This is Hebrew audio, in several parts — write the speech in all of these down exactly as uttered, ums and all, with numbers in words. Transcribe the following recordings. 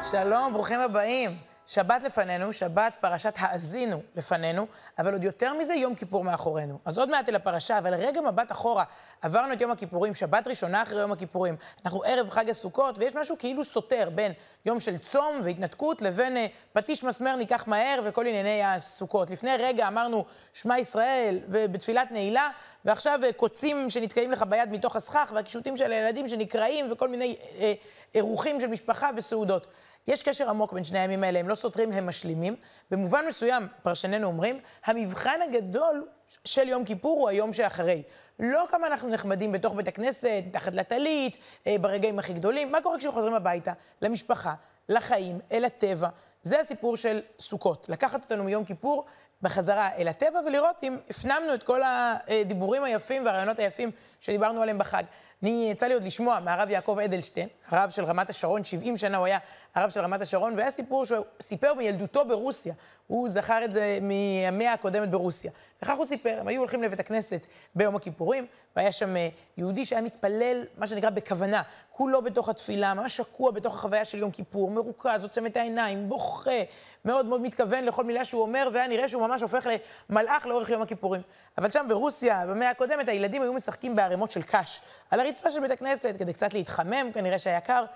שלום, ברוכים הבאים. שבת לפנינו, שבת פרשת האזינו לפנינו, אבל עוד יותר מזה יום כיפור מאחורינו. אז עוד מעט אל הפרשה, אבל רגע מבט אחורה, עברנו את יום הכיפורים, שבת ראשונה אחרי יום הכיפורים. אנחנו ערב חג הסוכות, ויש משהו כאילו סותר בין יום של צום והתנתקות לבין אה, פטיש מסמר ניקח מהר וכל ענייני הסוכות. לפני רגע אמרנו שמע ישראל ובתפילת נעילה, ועכשיו אה, קוצים שנתקעים לך ביד מתוך הסכך, והקישוטים של הילדים שנקראים וכל מיני אה, אירוחים של משפחה וסעודות. יש קשר עמוק בין שני הימים האלה, הם לא סותרים, הם משלימים. במובן מסוים, פרשנינו אומרים, המבחן הגדול של יום כיפור הוא היום שאחרי. לא כמה אנחנו נחמדים בתוך בית הכנסת, תחת לטלית, ברגעים הכי גדולים. מה קורה כשחוזרים הביתה? למשפחה, לחיים, אל הטבע. זה הסיפור של סוכות. לקחת אותנו מיום כיפור בחזרה אל הטבע ולראות אם הפנמנו את כל הדיבורים היפים והרעיונות היפים שדיברנו עליהם בחג. אני יצא לי עוד לשמוע מהרב יעקב אדלשטיין, הרב של רמת השרון, שבעים שנה הוא היה הרב של רמת השרון, והיה סיפור שהוא סיפר מילדותו ברוסיה. הוא זכר את זה מהמאה הקודמת ברוסיה. וכך הוא סיפר, הם היו הולכים לבית הכנסת ביום הכיפורים, והיה שם יהודי שהיה מתפלל, מה שנקרא בכוונה, כולו בתוך התפילה, ממש שקוע בתוך החוויה של יום כיפור, מרוכז, עוצם את העיניים, בוכה, מאוד מאוד מתכוון לכל מילה שהוא אומר, והיה נראה שהוא ממש הופך למלאך לאורך יום הכיפורים. אבל שם ברוסיה, במאה הקודמת, הילדים היו משחקים בערימות של קש, על הרצפה של בית הכנסת, כדי קצת להתחמם, כנראה שהיה קר,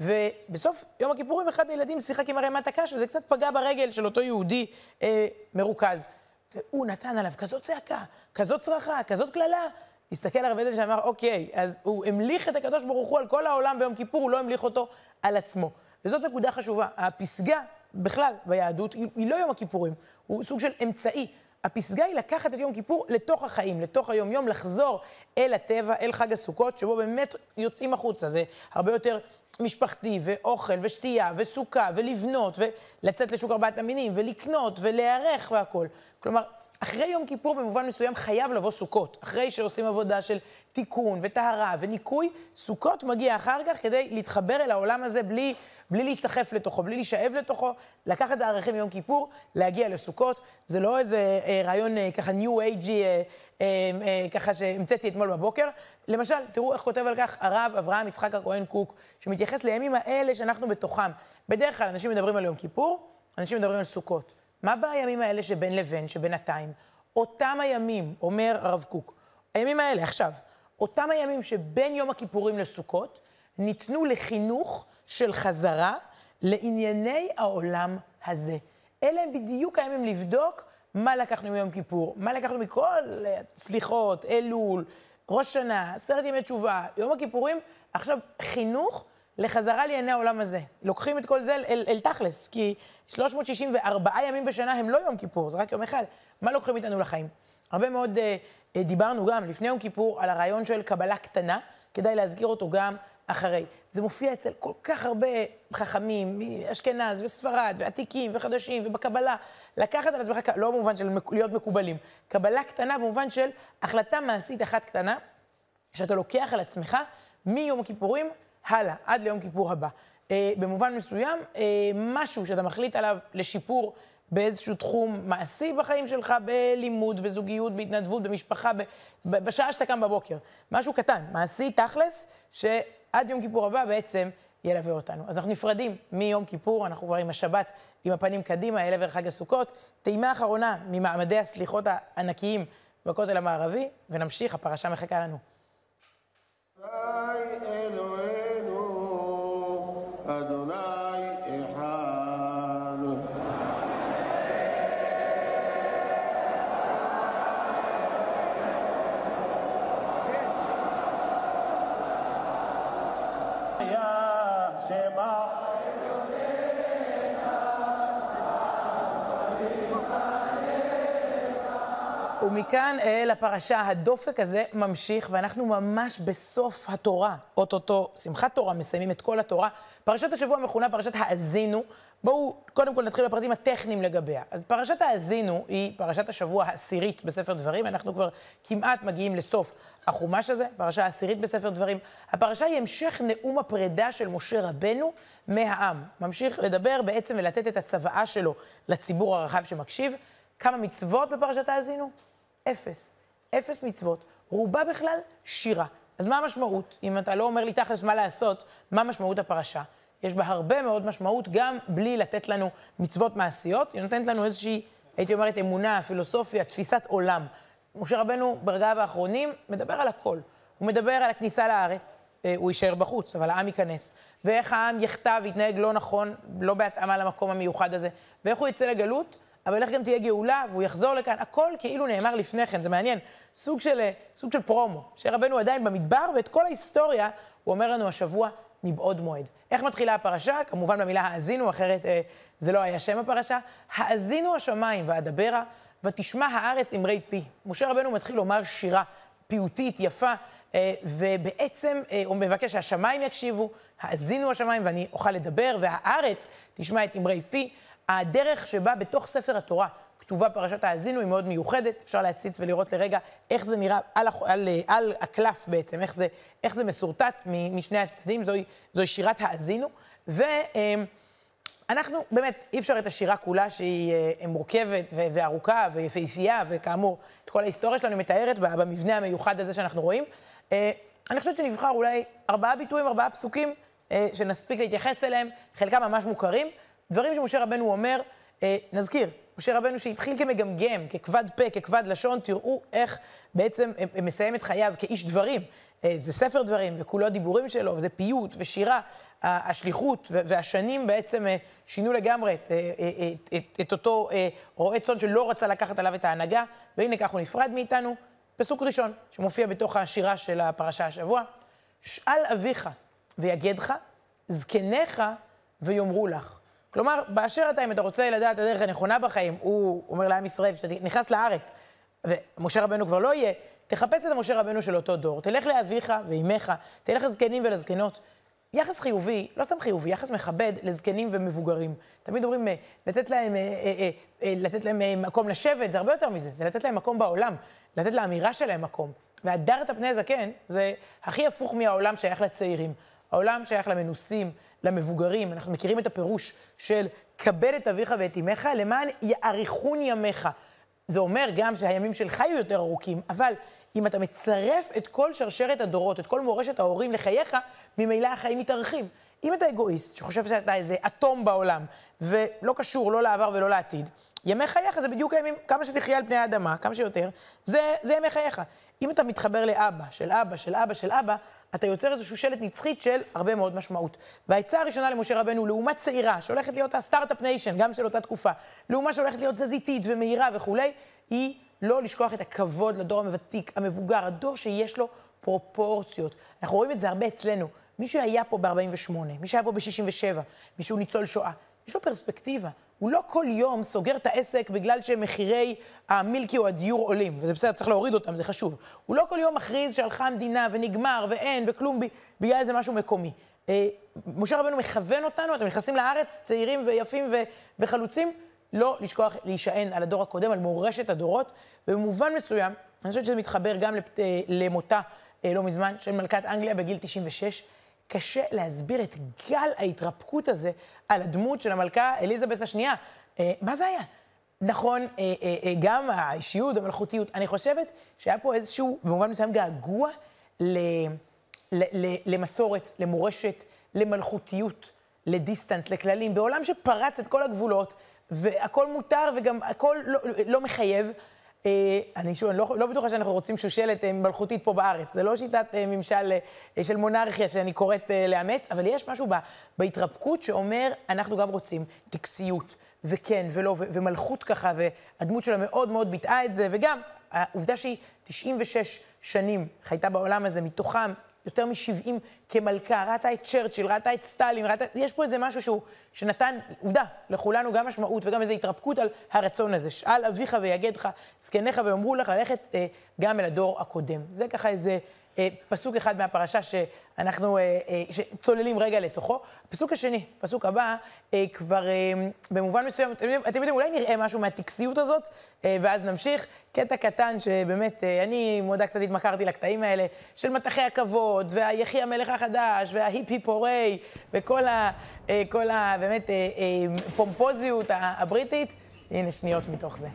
ובסוף יום הכיפורים אחד הילדים שיחק עם ערימת הקש, וזה קצת פגע ברגל של אותו יהודי אה, מרוכז. והוא נתן עליו כזאת צעקה, כזאת צרחה, כזאת כללה. הסתכל על הרב אדלשטיין שאמר, אוקיי, אז הוא המליך את הקדוש ברוך הוא על כל העולם ביום כיפור, הוא לא המליך אותו על עצמו. וזאת נקודה חשובה. הפסגה בכלל ביהדות היא לא יום הכיפורים, הוא סוג של אמצעי. הפסגה היא לקחת את יום כיפור לתוך החיים, לתוך היום-יום, לחזור אל הטבע, אל חג הסוכות, שבו באמת יוצאים החוצה. זה הרבה יותר משפחתי, ואוכל, ושתייה, וסוכה, ולבנות, ולצאת לשוק ארבעת המינים, ולקנות, ולהיערך והכל. כלומר, אחרי יום כיפור במובן מסוים חייב לבוא סוכות. אחרי שעושים עבודה של תיקון וטהרה וניקוי, סוכות מגיע אחר כך כדי להתחבר אל העולם הזה בלי, בלי להיסחף לתוכו, בלי להישאב לתוכו, לקחת את הערכים מיום כיפור, להגיע לסוכות. זה לא איזה אה, רעיון אה, ככה ניו אייג'י, אה, אה, אה, ככה שהמצאתי אתמול בבוקר. למשל, תראו איך כותב על כך הרב אברהם יצחק הכהן קוק, שמתייחס לימים האלה שאנחנו בתוכם. בדרך כלל אנשים מדברים על יום כיפור, אנשים מדברים על סוכות. מה בימים האלה שבין לבין, שבינתיים? אותם הימים, אומר הרב קוק, הימים האלה, עכשיו, אותם הימים שבין יום הכיפורים לסוכות, ניתנו לחינוך של חזרה לענייני העולם הזה. אלה הם בדיוק הימים לבדוק מה לקחנו מיום כיפור, מה לקחנו מכל סליחות, אלול, ראש שנה, עשרת ימי תשובה, יום הכיפורים, עכשיו חינוך לחזרה לענייני העולם הזה. לוקחים את כל זה אל, אל, אל תכלס, כי שלוש מאות שישים וארבעה ימים בשנה הם לא יום כיפור, זה רק יום אחד. מה לוקחים איתנו לחיים? הרבה מאוד אה, אה, דיברנו גם לפני יום כיפור על הרעיון של קבלה קטנה, כדאי להזכיר אותו גם אחרי. זה מופיע אצל כל כך הרבה חכמים, מאשכנז וספרד ועתיקים וחדשים ובקבלה. לקחת על עצמך, לא במובן של להיות מקובלים, קבלה קטנה במובן של החלטה מעשית אחת קטנה, שאתה לוקח על עצמך מיום הכיפורים הלאה, עד ליום כיפור הבא. אה, במובן מסוים, אה, משהו שאתה מחליט עליו לשיפור באיזשהו תחום מעשי בחיים שלך, בלימוד, בזוגיות, בהתנדבות, במשפחה, ב, ב, בשעה שאתה קם בבוקר. משהו קטן, מעשי, תכלס, שעד יום כיפור הבא בעצם ילווה אותנו. אז אנחנו נפרדים מיום כיפור, אנחנו כבר עם השבת, עם הפנים קדימה, אל עבר חג הסוכות. טעימה אחרונה ממעמדי הסליחות הענקיים בכותל המערבי, ונמשיך, הפרשה מחכה לנו. אלוהינו, אדוני אחד. יא שמע ומכאן אל הפרשה הדופק הזה ממשיך, ואנחנו ממש בסוף התורה, אוטוטו, שמחת תורה, מסיימים את כל התורה. פרשת השבוע מכונה פרשת האזינו. בואו קודם כל נתחיל בפרטים הטכניים לגביה. אז פרשת האזינו היא פרשת השבוע העשירית בספר דברים, אנחנו כבר כמעט מגיעים לסוף החומש הזה, פרשה העשירית בספר דברים. הפרשה היא המשך נאום הפרידה של משה רבנו מהעם. ממשיך לדבר בעצם ולתת את הצוואה שלו לציבור הרחב שמקשיב. כמה מצוות בפרשת האזינו? אפס. אפס מצוות. רובה בכלל שירה. אז מה המשמעות? אם אתה לא אומר לי תכלס מה לעשות, מה משמעות הפרשה? יש בה הרבה מאוד משמעות, גם בלי לתת לנו מצוות מעשיות. היא נותנת לנו איזושהי, הייתי אומרת, אמונה, פילוסופיה, תפיסת עולם. משה רבנו ברגעיו האחרונים מדבר על הכל. הוא מדבר על הכניסה לארץ, הוא יישאר בחוץ, אבל העם ייכנס. ואיך העם יחטא ויתנהג לא נכון, לא בהתאמה למקום המיוחד הזה. ואיך הוא יצא לגלות, אבל איך גם תהיה גאולה, והוא יחזור לכאן. הכל כאילו נאמר לפני כן, זה מעניין. סוג של, סוג של פרומו. משה רבנו עדיין במדבר, ואת כל ההיסטוריה, הוא אומר לנו השבוע, מבעוד מועד. איך מתחילה הפרשה? כמובן במילה האזינו, אחרת אה, זה לא היה שם הפרשה. האזינו השמיים ואדברה, ותשמע הארץ אמרי פי. משה רבנו מתחיל לומר שירה פיוטית, יפה, אה, ובעצם אה, הוא מבקש שהשמיים יקשיבו, האזינו השמיים ואני אוכל לדבר, והארץ תשמע את אמרי פי. הדרך שבה בתוך ספר התורה כתובה פרשת האזינו היא מאוד מיוחדת. אפשר להציץ ולראות לרגע איך זה נראה על, על, על הקלף בעצם, איך זה, איך זה מסורטט משני הצדדים. זוהי, זוהי שירת האזינו. ואנחנו באמת, אי אפשר את השירה כולה שהיא מורכבת וארוכה ויפהפייה, וכאמור, את כל ההיסטוריה שלנו מתארת במבנה המיוחד הזה שאנחנו רואים. אני חושבת שנבחר אולי ארבעה ביטויים, ארבעה פסוקים שנספיק להתייחס אליהם, חלקם ממש מוכרים. דברים שמשה רבנו אומר, אה, נזכיר, משה רבנו שהתחיל כמגמגם, ככבד פה, ככבד לשון, תראו איך בעצם אה, אה, מסיים את חייו כאיש דברים. אה, זה ספר דברים, וכולו דיבורים שלו, וזה פיוט ושירה. אה, השליחות והשנים בעצם אה, שינו לגמרי את, אה, אה, את, את, את אותו אה, רועה צאן שלא רצה לקחת עליו את ההנהגה, והנה כך הוא נפרד מאיתנו. פסוק ראשון, שמופיע בתוך השירה של הפרשה השבוע. שאל אביך ויגדך, זקניך ויאמרו לך. כלומר, באשר אתה, אם אתה רוצה לדעת את הדרך הנכונה בחיים, הוא אומר לעם ישראל, כשאתה נכנס לארץ, ומשה רבנו כבר לא יהיה, תחפש את המשה רבנו של אותו דור, תלך לאביך ואימך, תלך לזקנים ולזקנות. יחס חיובי, לא סתם חיובי, יחס מכבד לזקנים ומבוגרים. תמיד אומרים, לתת להם, לתת להם מקום לשבת, זה הרבה יותר מזה, זה לתת להם מקום בעולם, לתת לאמירה שלהם מקום. והדרת פני זקן, זה הכי הפוך מהעולם שייך לצעירים. העולם שייך למנוסים, למבוגרים. אנחנו מכירים את הפירוש של כבד את אביך ואת אמך, למען יאריכון ימיך. זה אומר גם שהימים שלך יהיו יותר ארוכים, אבל אם אתה מצרף את כל שרשרת הדורות, את כל מורשת ההורים לחייך, ממילא החיים מתארכים. אם אתה אגואיסט שחושב שאתה איזה אטום בעולם, ולא קשור לא לעבר ולא לעתיד, ימי חייך זה בדיוק הימים, כמה שתחיה על פני האדמה, כמה שיותר, זה, זה ימי חייך. אם אתה מתחבר לאבא, של אבא, של אבא, של אבא, אתה יוצר איזושהי שלט נצחית של הרבה מאוד משמעות. והעצה הראשונה למשה רבנו, לעומת צעירה, שהולכת להיות הסטארט-אפ ניישן, גם של אותה תקופה, לעומת שהולכת להיות זזיתית ומהירה וכולי, היא לא לשכוח את הכבוד לדור המוותיק, המבוגר, הדור שיש לו פרופורציות. אנחנו רואים את זה הרבה אצלנו. מישהו היה פה ב-ארבעים ושמונה, מישהו היה פה ב-שישים ושבע, מישהו ניצול שואה. יש לו פרספקטיבה. הוא לא כל יום סוגר את העסק בגלל שמחירי המילקי או הדיור עולים, וזה בסדר, צריך להוריד אותם, זה חשוב. הוא לא כל יום מכריז שהלכה המדינה ונגמר ואין וכלום בגלל איזה משהו מקומי. אה, משה רבנו מכוון אותנו, אתם נכנסים לארץ, צעירים ויפים ו- וחלוצים, לא לשכוח להישען על הדור הקודם, על מורשת הדורות, ובמובן מסוים, אני חושבת שזה מתחבר גם לפ- למותה אה, לא מזמן, של מלכת אנגליה בגיל תשעים ושש, קשה להסביר את גל ההתרפקות הזה על הדמות של המלכה אליזבת השנייה. אה, מה זה היה? נכון, אה, אה, גם האישיות, המלכותיות. אני חושבת שהיה פה איזשהו, במובן מסוים, געגוע ל, ל, ל, למסורת, למורשת, למלכותיות, לדיסטנס, לכללים, בעולם שפרץ את כל הגבולות, והכל מותר וגם הכל לא, לא מחייב. Uh, אני שוב, אני לא, לא בטוחה שאנחנו רוצים שושלת uh, מלכותית פה בארץ. זה לא שיטת uh, ממשל uh, של מונרכיה שאני קוראת uh, לאמץ, אבל יש משהו ב, בהתרפקות שאומר, אנחנו גם רוצים טקסיות, וכן ולא, ו- ומלכות ככה, והדמות שלה מאוד מאוד ביטאה את זה, וגם העובדה שהיא תשעים ושש שנים חייתה בעולם הזה, מתוכם יותר מ-שבעים כמלכה, ראתה את צ'רצ'יל, ראתה את סטלין, ראתה... יש פה איזה משהו שהוא, שנתן, עובדה, לכולנו גם משמעות וגם איזו התרפקות על הרצון הזה. שאל אביך ויגדך, זקניך ויאמרו לך ללכת אה, גם אל הדור הקודם. זה ככה איזה אה, פסוק אחד מהפרשה שאנחנו אה, אה, שצוללים רגע לתוכו. הפסוק השני, פסוק הבא, אה, כבר אה, במובן מסוים, אתם יודעים, אתם יודעים, אולי נראה משהו מהטקסיות הזאת, אה, ואז נמשיך. קטע קטן שבאמת, אה, אני מודה קצת התמכרתי לקטעים האלה, של מטחי הכבוד, והיחי המלך החדש, וההיפ-היפ הורי, וכל ה... אה, כל ה... באמת, אה, אה, פומפוזיות הבריטית. הנה שניות מתוך זה.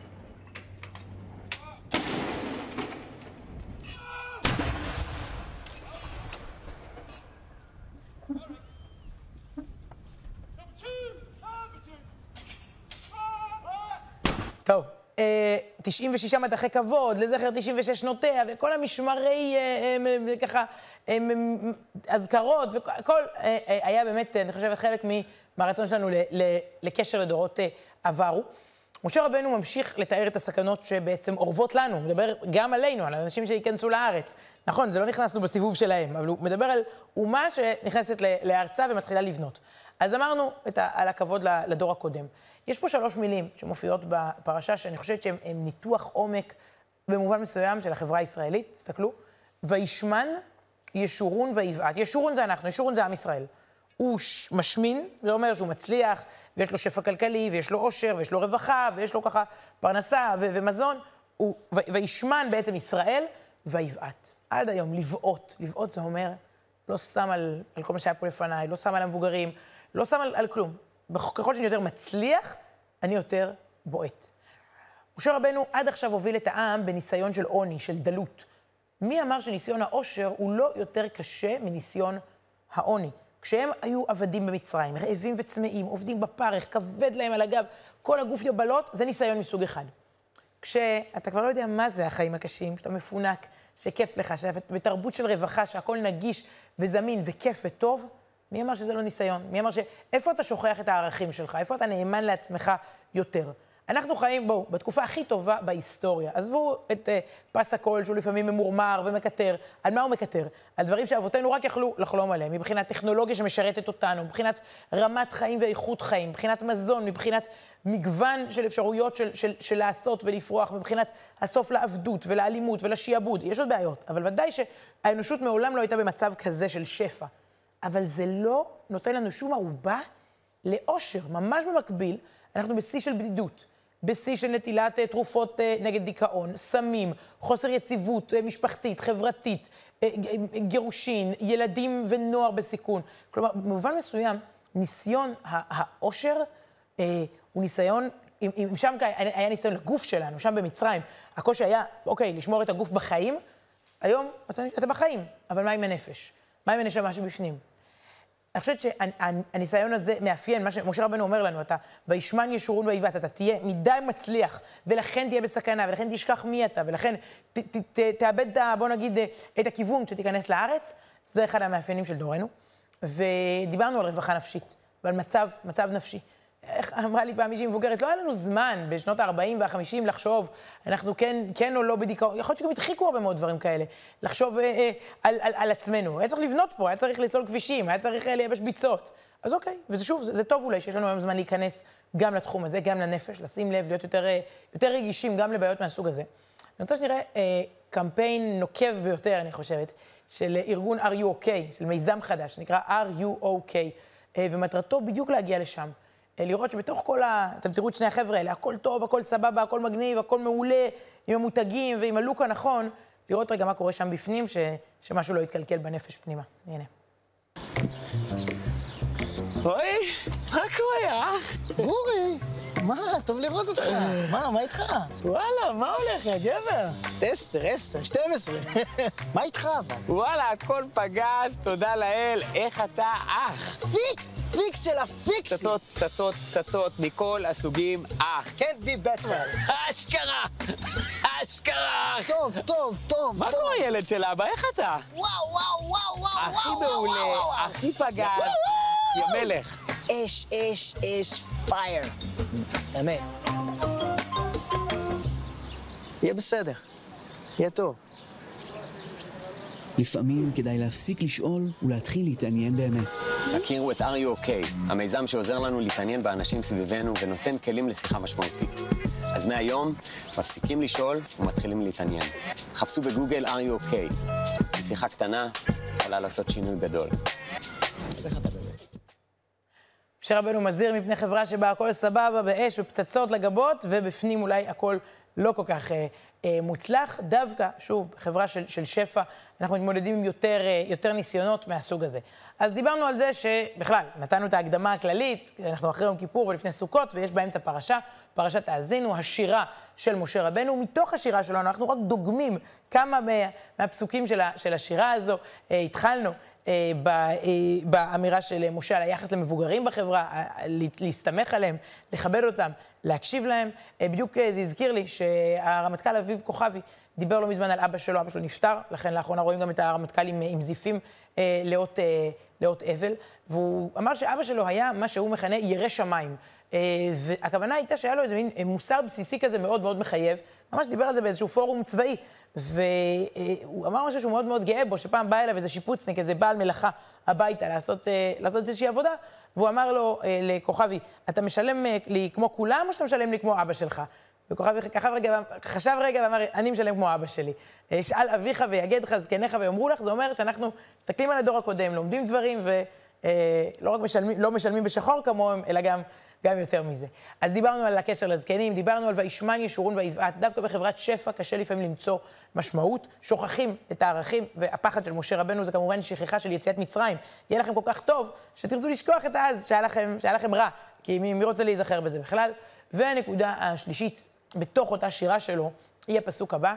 טוב, תשעים ושישה מטחי כבוד, לזכר תשעים ושש שנותיה, וכל המשמרי ככה, אזכרות, וכל היה באמת, אני חושבת, חלק מהרצון שלנו לקשר לדורות עברו. משה רבנו ממשיך לתאר את הסכנות שבעצם אורבות לנו, מדבר גם עלינו, על אנשים שיכנסו לארץ. נכון, זה לא נכנסנו בסיבוב שלהם, אבל הוא מדבר על אומה שנכנסת לארצה ומתחילה לבנות. אז אמרנו על הכבוד לדור הקודם. יש פה שלוש מילים שמופיעות בפרשה, שאני חושבת שהן ניתוח עומק במובן מסוים של החברה הישראלית. תסתכלו. וישמן, ישורון ויבעט. ישורון זה אנחנו, ישורון זה עם ישראל. הוא משמין, זה אומר שהוא מצליח, ויש לו שפע כלכלי, ויש לו עושר, ויש לו רווחה, ויש לו ככה פרנסה ו- ומזון. הוא, ו- וישמן בעצם ישראל, ויבעט. עד היום, לבעוט. לבעוט זה אומר, לא שם על, על כל מה שהיה פה לפניי, לא שם על המבוגרים, לא שם על, על כלום. ככל שאני יותר מצליח, אני יותר בועט. משה רבנו עד עכשיו הוביל את העם בניסיון של עוני, של דלות. מי אמר שניסיון העושר הוא לא יותר קשה מניסיון העוני? כשהם היו עבדים במצרים, רעבים וצמאים, עובדים בפרך, כבד להם על הגב, כל הגוף יבלות, זה ניסיון מסוג אחד. כשאתה כבר לא יודע מה זה החיים הקשים, שאתה מפונק, שכיף לך, שאתה בתרבות של רווחה, שהכל נגיש וזמין וכיף וטוב, מי אמר שזה לא ניסיון? מי אמר ש... איפה אתה שוכח את הערכים שלך? איפה אתה נאמן לעצמך יותר? אנחנו חיים, בואו, בתקופה הכי טובה בהיסטוריה. עזבו את uh, פס הקול, שהוא לפעמים ממורמר ומקטר. על מה הוא מקטר? על דברים שאבותינו רק יכלו לחלום עליהם, מבחינת טכנולוגיה שמשרתת אותנו, מבחינת רמת חיים ואיכות חיים, מבחינת מזון, מבחינת מגוון של אפשרויות של, של, של לעשות ולפרוח, מבחינת הסוף לעבדות ולאלימות ולשיעבוד. יש עוד בעיות, אבל ודאי שהאנושות מעולם לא הייתה במצב כזה של שפע. אבל זה לא נותן לנו שום ערובה לאושר. ממש במקביל, אנחנו בשיא של בדידות, בשיא של נטילת תרופות נגד דיכאון, סמים, חוסר יציבות משפחתית, חברתית, גירושין, ילדים ונוער בסיכון. כלומר, במובן מסוים, ניסיון האושר הוא ניסיון, אם שם היה ניסיון לגוף שלנו, שם במצרים, הקושי היה, אוקיי, לשמור את הגוף בחיים, היום אתה בחיים, אבל מה עם הנפש? מה עם הנשמה שבפנים? אני חושבת שהניסיון הזה מאפיין, מה שמשה רבנו אומר לנו, אתה וישמן ישורון ויבעט, אתה תהיה מדי מצליח, ולכן תהיה בסכנה, ולכן תשכח מי אתה, ולכן ת, ת, ת, תאבד, בוא נגיד, את הכיוון כשתיכנס לארץ. זה אחד המאפיינים של דורנו. ודיברנו על רווחה נפשית, ועל מצב, מצב נפשי. איך אמרה לי פעם מישהי מבוגרת, לא היה לנו זמן בשנות ה-ארבעים וה-חמישים לחשוב, אנחנו כן, כן או לא בדיכאון, יכול להיות שגם התחיקו הרבה מאוד דברים כאלה, לחשוב אה, אה, על, על, על עצמנו. היה צריך לבנות פה, היה צריך לסלול כבישים, היה צריך אה, לייבש ביצות. אז אוקיי, וזה שוב, זה, זה טוב אולי שיש לנו היום זמן להיכנס גם לתחום הזה, גם לנפש, לשים לב, להיות יותר, אה, יותר רגישים גם לבעיות מהסוג הזה. אני רוצה שנראה אה, קמפיין נוקב ביותר, אני חושבת, של ארגון אר יו או קיי, של מיזם חדש, שנקרא אר יו או קיי, אה, ומטרתו בדיוק להגיע לשם. לראות שבתוך כל ה... אתם תראו את שני החבר'ה האלה, הכל טוב, הכל סבבה, הכל מגניב, הכל מעולה, עם המותגים ועם הלוק הנכון, לראות רגע מה קורה שם בפנים, ש... שמשהו לא יתקלקל בנפש פנימה. הנה. אוי, מה קורה, אח? אורי, מה? טוב לראות אותך. מה, מה איתך? וואלה, מה הולך, יא גבר? עשר, עשר, שתים עשרה. מה איתך אבל? וואלה, הכל פגז, תודה לאל. איך אתה, אח? פיקס, פיקס של הפיקסים. צצות, צצות, צצות, מכל הסוגים, אח. can't be better. אשכרה, אשכרה. טוב, טוב, טוב, מה טוב. קורה, ילד של אבא? איך אתה? וואו, וואו, וואו, וואו, הכי וואו, מעולה, וואו, וואו. הכי פגז, יא מלך. אש, אש, אש, פייר. באמת. יהיה בסדר. יהיה טוב. לפעמים כדאי להפסיק לשאול ולהתחיל להתעניין באמת. הכירו את אר יו או קיי, המיזם שעוזר לנו להתעניין באנשים סביבנו ונותן כלים לשיחה משמעותית. אז מהיום, מפסיקים לשאול ומתחילים להתעניין. חפשו בגוגל אר יו או קיי. שיחה קטנה יכולה לעשות שינוי גדול. אז איך אתה באמת? משה רבנו מזהיר מפני חברה שבה הכל סבבה, באש ופצצות לגבות, ובפנים אולי הכל לא כל כך אה, אה, מוצלח. דווקא, שוב, חברה של, של שפע, אנחנו מתמודדים עם יותר, אה, יותר ניסיונות מהסוג הזה. אז דיברנו על זה שבכלל, נתנו את ההקדמה הכללית, אנחנו אחרי יום כיפור ולפני סוכות, ויש באמצע פרשה, פרשת האזינו, השירה של משה רבנו. מתוך השירה שלנו, אנחנו רק דוגמים כמה מה, מהפסוקים של, ה, של השירה הזו. אה, התחלנו אה, ב, אה, באמירה של משה על היחס למבוגרים בחברה, אה, להסתמך עליהם, לכבד אותם, להקשיב להם. אה, בדיוק אה, זה הזכיר לי שהרמטכ"ל אביב כוכבי דיבר לא מזמן על אבא שלו, אבא שלו נפטר, לכן לאחרונה רואים גם את הרמטכ"ל עם, עם זיפים אה, לאות, אה, לאות אבל, והוא אמר שאבא שלו היה מה שהוא מכנה ירא שמיים. אה, והכוונה הייתה שהיה לו איזה מין מוסר בסיסי כזה מאוד מאוד מחייב, ממש דיבר על זה באיזשהו פורום צבאי, והוא אמר משהו שהוא מאוד מאוד גאה בו, שפעם בא אליו איזה שיפוצניק, איזה בעל מלאכה הביתה לעשות, לעשות איזושהי עבודה, והוא אמר לו, לכוכבי, אתה משלם לי כמו כולם או שאתה משלם לי כמו אבא שלך? וכוכבי חשב רגע ואמר, אני משלם כמו אבא שלי. שאל אביך ויגדך זקניך ויאמרו לך, זה אומר שאנחנו מסתכלים על הדור הקודם, לומדים דברים ולא רק משלמים, לא משלמים בשחור כמוהם, אלא גם גם יותר מזה. אז דיברנו על הקשר לזקנים, דיברנו על וישמן ישורון ויבעט. דווקא בחברת שפע קשה לפעמים למצוא משמעות, שוכחים את הערכים, והפחד של משה רבנו זה כמובן שכחה של יציאת מצרים. יהיה לכם כל כך טוב שתרצו לשכוח את אז שהיה לכם, שהיה לכם רע, כי מי, מי רוצה להיזכר בזה בכלל? והנקודה השלישית בתוך אותה שירה שלו היא הפסוק הבא,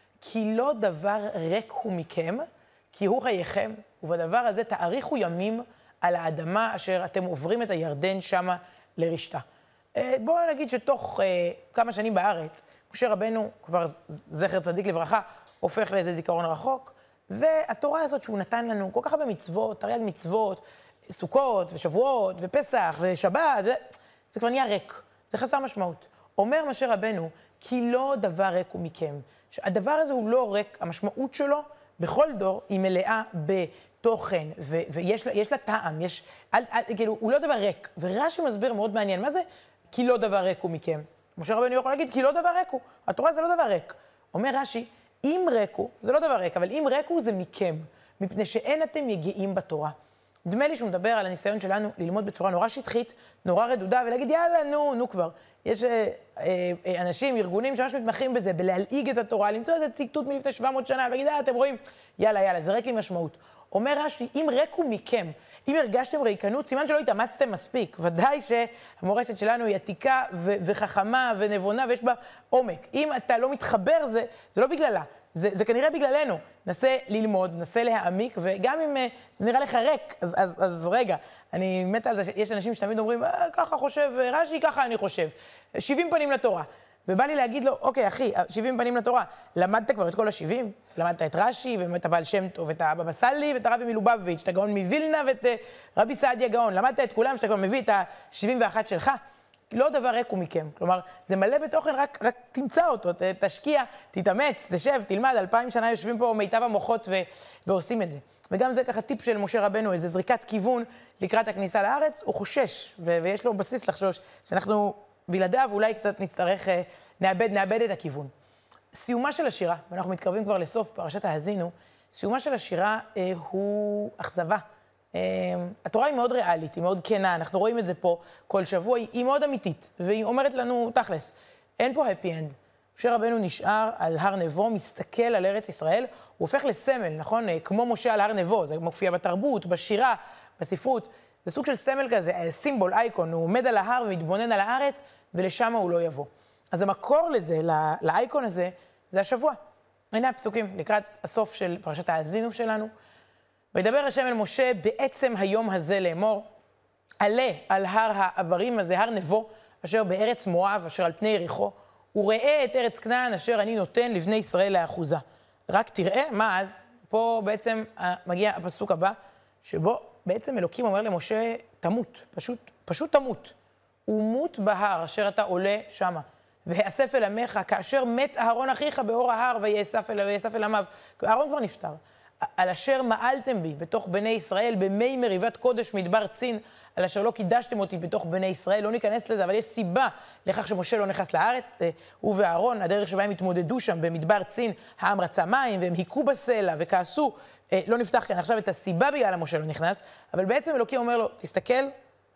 כי לא דבר ריק הוא מכם, כי הוא חייכם, ובדבר הזה תאריכו ימים על האדמה אשר אתם עוברים את הירדן שמה לרשתה. בואו נגיד שתוך כמה שנים בארץ, משה רבנו, כבר זכר צדיק לברכה, הופך לאיזה זיכרון רחוק, והתורה הזאת שהוא נתן לנו כל כך הרבה מצוות, תרי"ג מצוות, סוכות ושבועות ופסח ושבת, זה כבר נהיה ריק, זה חסר משמעות. אומר משה רבנו, כי לא דבר ריק הוא מכם. הדבר הזה הוא לא ריק, המשמעות שלו בכל דור היא מלאה ב... תוכן, ו- ויש לה, יש לה טעם, יש, אל, אל, כאילו, הוא לא דבר ריק. ורש"י מסביר מאוד מעניין, מה זה כי לא דבר ריק הוא מכם? משה רבנו יכול להגיד, כי לא דבר ריק הוא. התורה זה לא דבר ריק. אומר רש"י, אם ריק הוא, זה לא דבר ריק, אבל אם ריק הוא זה מכם, מפני שאין אתם יגעים בתורה. נדמה לי שהוא מדבר על הניסיון שלנו ללמוד בצורה נורא שטחית, נורא רדודה, ולהגיד, יאללה, נו, נו כבר. יש אה, אה, אנשים, ארגונים שממש מתמחים בזה, בלהלעיג את התורה, למצוא איזה ציטוט מלפני שבע מאות שנה, ולהגיד, אה, אתם רואים, יאללה, יאללה, זה ריק עם משמעות. אומר רש"י, אם ריק הוא מכם, אם הרגשתם ריקנות, סימן שלא התאמצתם מספיק. ודאי שהמורשת שלנו היא עתיקה ו- וחכמה ונבונה, ויש בה עומק. אם אתה לא מתחבר, זה, זה לא בגללה, זה, זה כנראה בגללנו. נסה ללמוד, נסה להעמיק, וגם אם uh, זה נראה לך ריק, אז, אז, אז רגע, אני מתה על זה, יש אנשים שתמיד אומרים, אה, ככה חושב רש"י, ככה אני חושב. שבעים פנים לתורה. ובא לי להגיד לו, אוקיי, אחי, שבעים פנים לתורה, למדת כבר את כל השבעים? למדת את רש"י, ואת הבעל שם טוב, ואת הבבא סאלי, ואת הרבי מלובביץ', את הגאון מווילנה, ואת רבי סעדיה גאון. למדת את כולם, שאתה כבר מביא את ה-שבעים ואחת שלך. לא דבר ריק הוא מכם. כלומר, זה מלא בתוכן, רק, רק תמצא אותו, ת, תשקיע, תתאמץ, תשב, תלמד. אלפיים שנה יושבים פה מיטב המוחות ו, ועושים את זה. וגם זה ככה טיפ של משה רבנו, איזה זריקת כיוון לקראת הכניסה לארץ. הוא חושש, ו, ויש לו בסיס לחשוש, שאנחנו בלעדיו אולי קצת נצטרך, נאבד, נאבד את הכיוון. סיומה של השירה, ואנחנו מתקרבים כבר לסוף פרשת האזינו, סיומה של השירה אה, הוא אכזבה. אה, התורה היא מאוד ריאלית, היא מאוד כנה, אנחנו רואים את זה פה כל שבוע, היא, היא מאוד אמיתית, והיא אומרת לנו תכלס, אין פה happy end. משה רבנו נשאר על הר נבו, מסתכל על ארץ ישראל, הוא הופך לסמל, נכון? כמו משה על הר נבו, זה מופיע בתרבות, בשירה, בספרות, זה סוג של סמל כזה, סימבול, אייקון, הוא עומד על ההר ומתבונן על הארץ, ולשם הוא לא יבוא. אז המקור לזה, לאייקון הזה, זה השבוע. הנה הפסוקים, לקראת הסוף של פרשת האזינו שלנו. וידבר השם אל משה בעצם היום הזה לאמור, עלה על הר העברים הזה, הר נבו, אשר בארץ מואב, אשר על פני יריחו, וראה את ארץ כנען, אשר אני נותן לבני ישראל לאחוזה. רק תראה, מה אז? פה בעצם מגיע הפסוק הבא, שבו בעצם אלוקים אומר למשה, תמות, פשוט, פשוט תמות. ומות בהר אשר אתה עולה שמה. והאסף אל עמך, כאשר מת אהרון אחיך באור ההר, ויאסף אל, ויאסף אל עמיו. אהרון כבר נפטר. על אשר מעלתם בי בתוך בני ישראל, במי מריבת קודש מדבר צין, על אשר לא קידשתם אותי בתוך בני ישראל, לא ניכנס לזה, אבל יש סיבה לכך שמשה לא נכנס לארץ. הוא ואהרון, הדרך שבה הם התמודדו שם במדבר צין, העם רצה מים, והם היכו בסלע וכעסו. לא נפתח כאן עכשיו את הסיבה בגלל המשה לא נכנס, אבל בעצם אלוקים אומר לו, תסתכל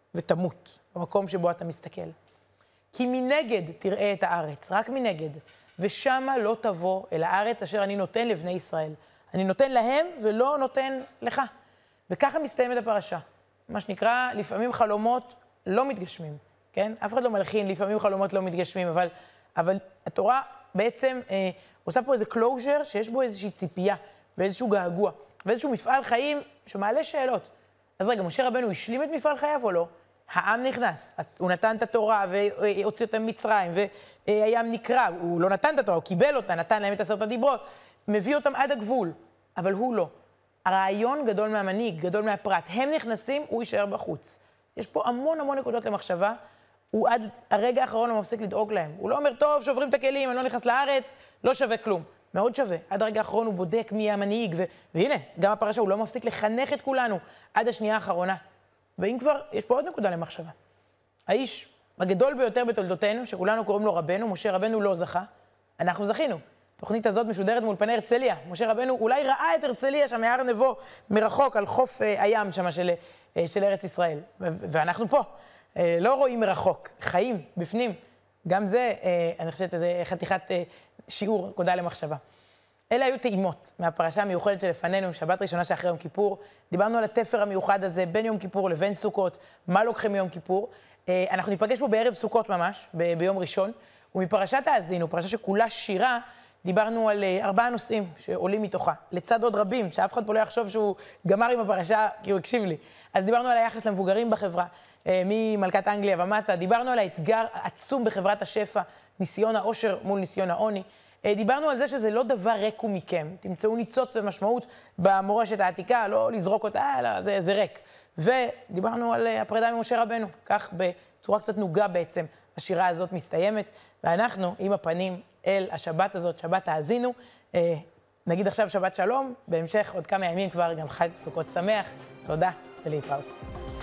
ותמות במקום שבו אתה מסתכל. כי מנגד תראה את הארץ, רק מנגד, ושמה לא תבוא אל הארץ אשר אני נותן לבני ישראל. אני נותן להם ולא נותן לך. וככה מסתיימת הפרשה. מה שנקרא, לפעמים חלומות לא מתגשמים, כן? אף אחד לא מלחין, לפעמים חלומות לא מתגשמים, אבל, אבל התורה בעצם אה, עושה פה איזה closure שיש בו איזושהי ציפייה ואיזשהו געגוע. ואיזשהו מפעל חיים שמעלה שאלות. אז רגע, משה רבנו השלים את מפעל חייו או לא? העם נכנס, הוא נתן את התורה והוציא אותם ממצרים, והים נקרא, הוא לא נתן את התורה, הוא קיבל אותה, נתן להם את עשרת הדיברות, מביא אותם עד הגבול, אבל הוא לא. הרעיון גדול מהמנהיג, גדול מהפרט. הם נכנסים, הוא יישאר בחוץ. יש פה המון המון נקודות למחשבה, הוא עד הרגע האחרון לא מפסיק לדאוג להם. הוא לא אומר, טוב, שוברים את הכלים, אני לא נכנס לארץ, לא שווה כלום. מאוד שווה. עד הרגע האחרון הוא בודק מי המנהיג, ו... והנה, גם הפרשה הוא לא מפסיק לחנך את כולנו עד השנייה האחרונה. ואם כבר, יש פה עוד נקודה למחשבה. האיש הגדול ביותר בתולדותינו, שכולנו קוראים לו רבנו, משה רבנו לא זכה, אנחנו זכינו. התוכנית הזאת משודרת מאולפני הרצליה. משה רבנו אולי ראה את הרצליה שם מהר נבו מרחוק על חוף אה, הים שם של, אה, של ארץ ישראל. ו- ואנחנו פה. אה, לא רואים מרחוק, חיים בפנים. גם זה, אה, אני חושבת, זה חתיכת אה, שיעור, קודה למחשבה. אלה היו טעימות מהפרשה המיוחדת שלפנינו, שבת ראשונה שאחרי יום כיפור. דיברנו על התפר המיוחד הזה בין יום כיפור לבין סוכות, מה לוקחים מיום כיפור. אה, אנחנו ניפגש פה בערב סוכות ממש, ב- ביום ראשון, ומפרשת האזינו, פרשה שכולה שירה, דיברנו על uh, ארבעה נושאים שעולים מתוכה, לצד עוד רבים, שאף אחד פה לא יחשוב שהוא גמר עם הפרשה, כי הוא הקשיב לי. אז דיברנו על היחס למבוגרים בחברה, uh, ממלכת אנגליה ומטה, דיברנו על האתגר העצום בחברת השפע, ניסיון העושר מול ניסיון העוני. Uh, דיברנו על זה שזה לא דבר ריק ומכם, תמצאו ניצוץ ומשמעות במורשת העתיקה, לא לזרוק אותה, אלא זה, זה ריק. ודיברנו על uh, הפרידה ממשה רבנו, כך בצורה קצת נוגה בעצם, השירה הזאת מסתיימת, ואנחנו עם הפנים אל השבת הזאת, שבת האזינו. אה, נגיד עכשיו שבת שלום, בהמשך עוד כמה ימים כבר גם חג סוכות שמח. תודה ולהתראות.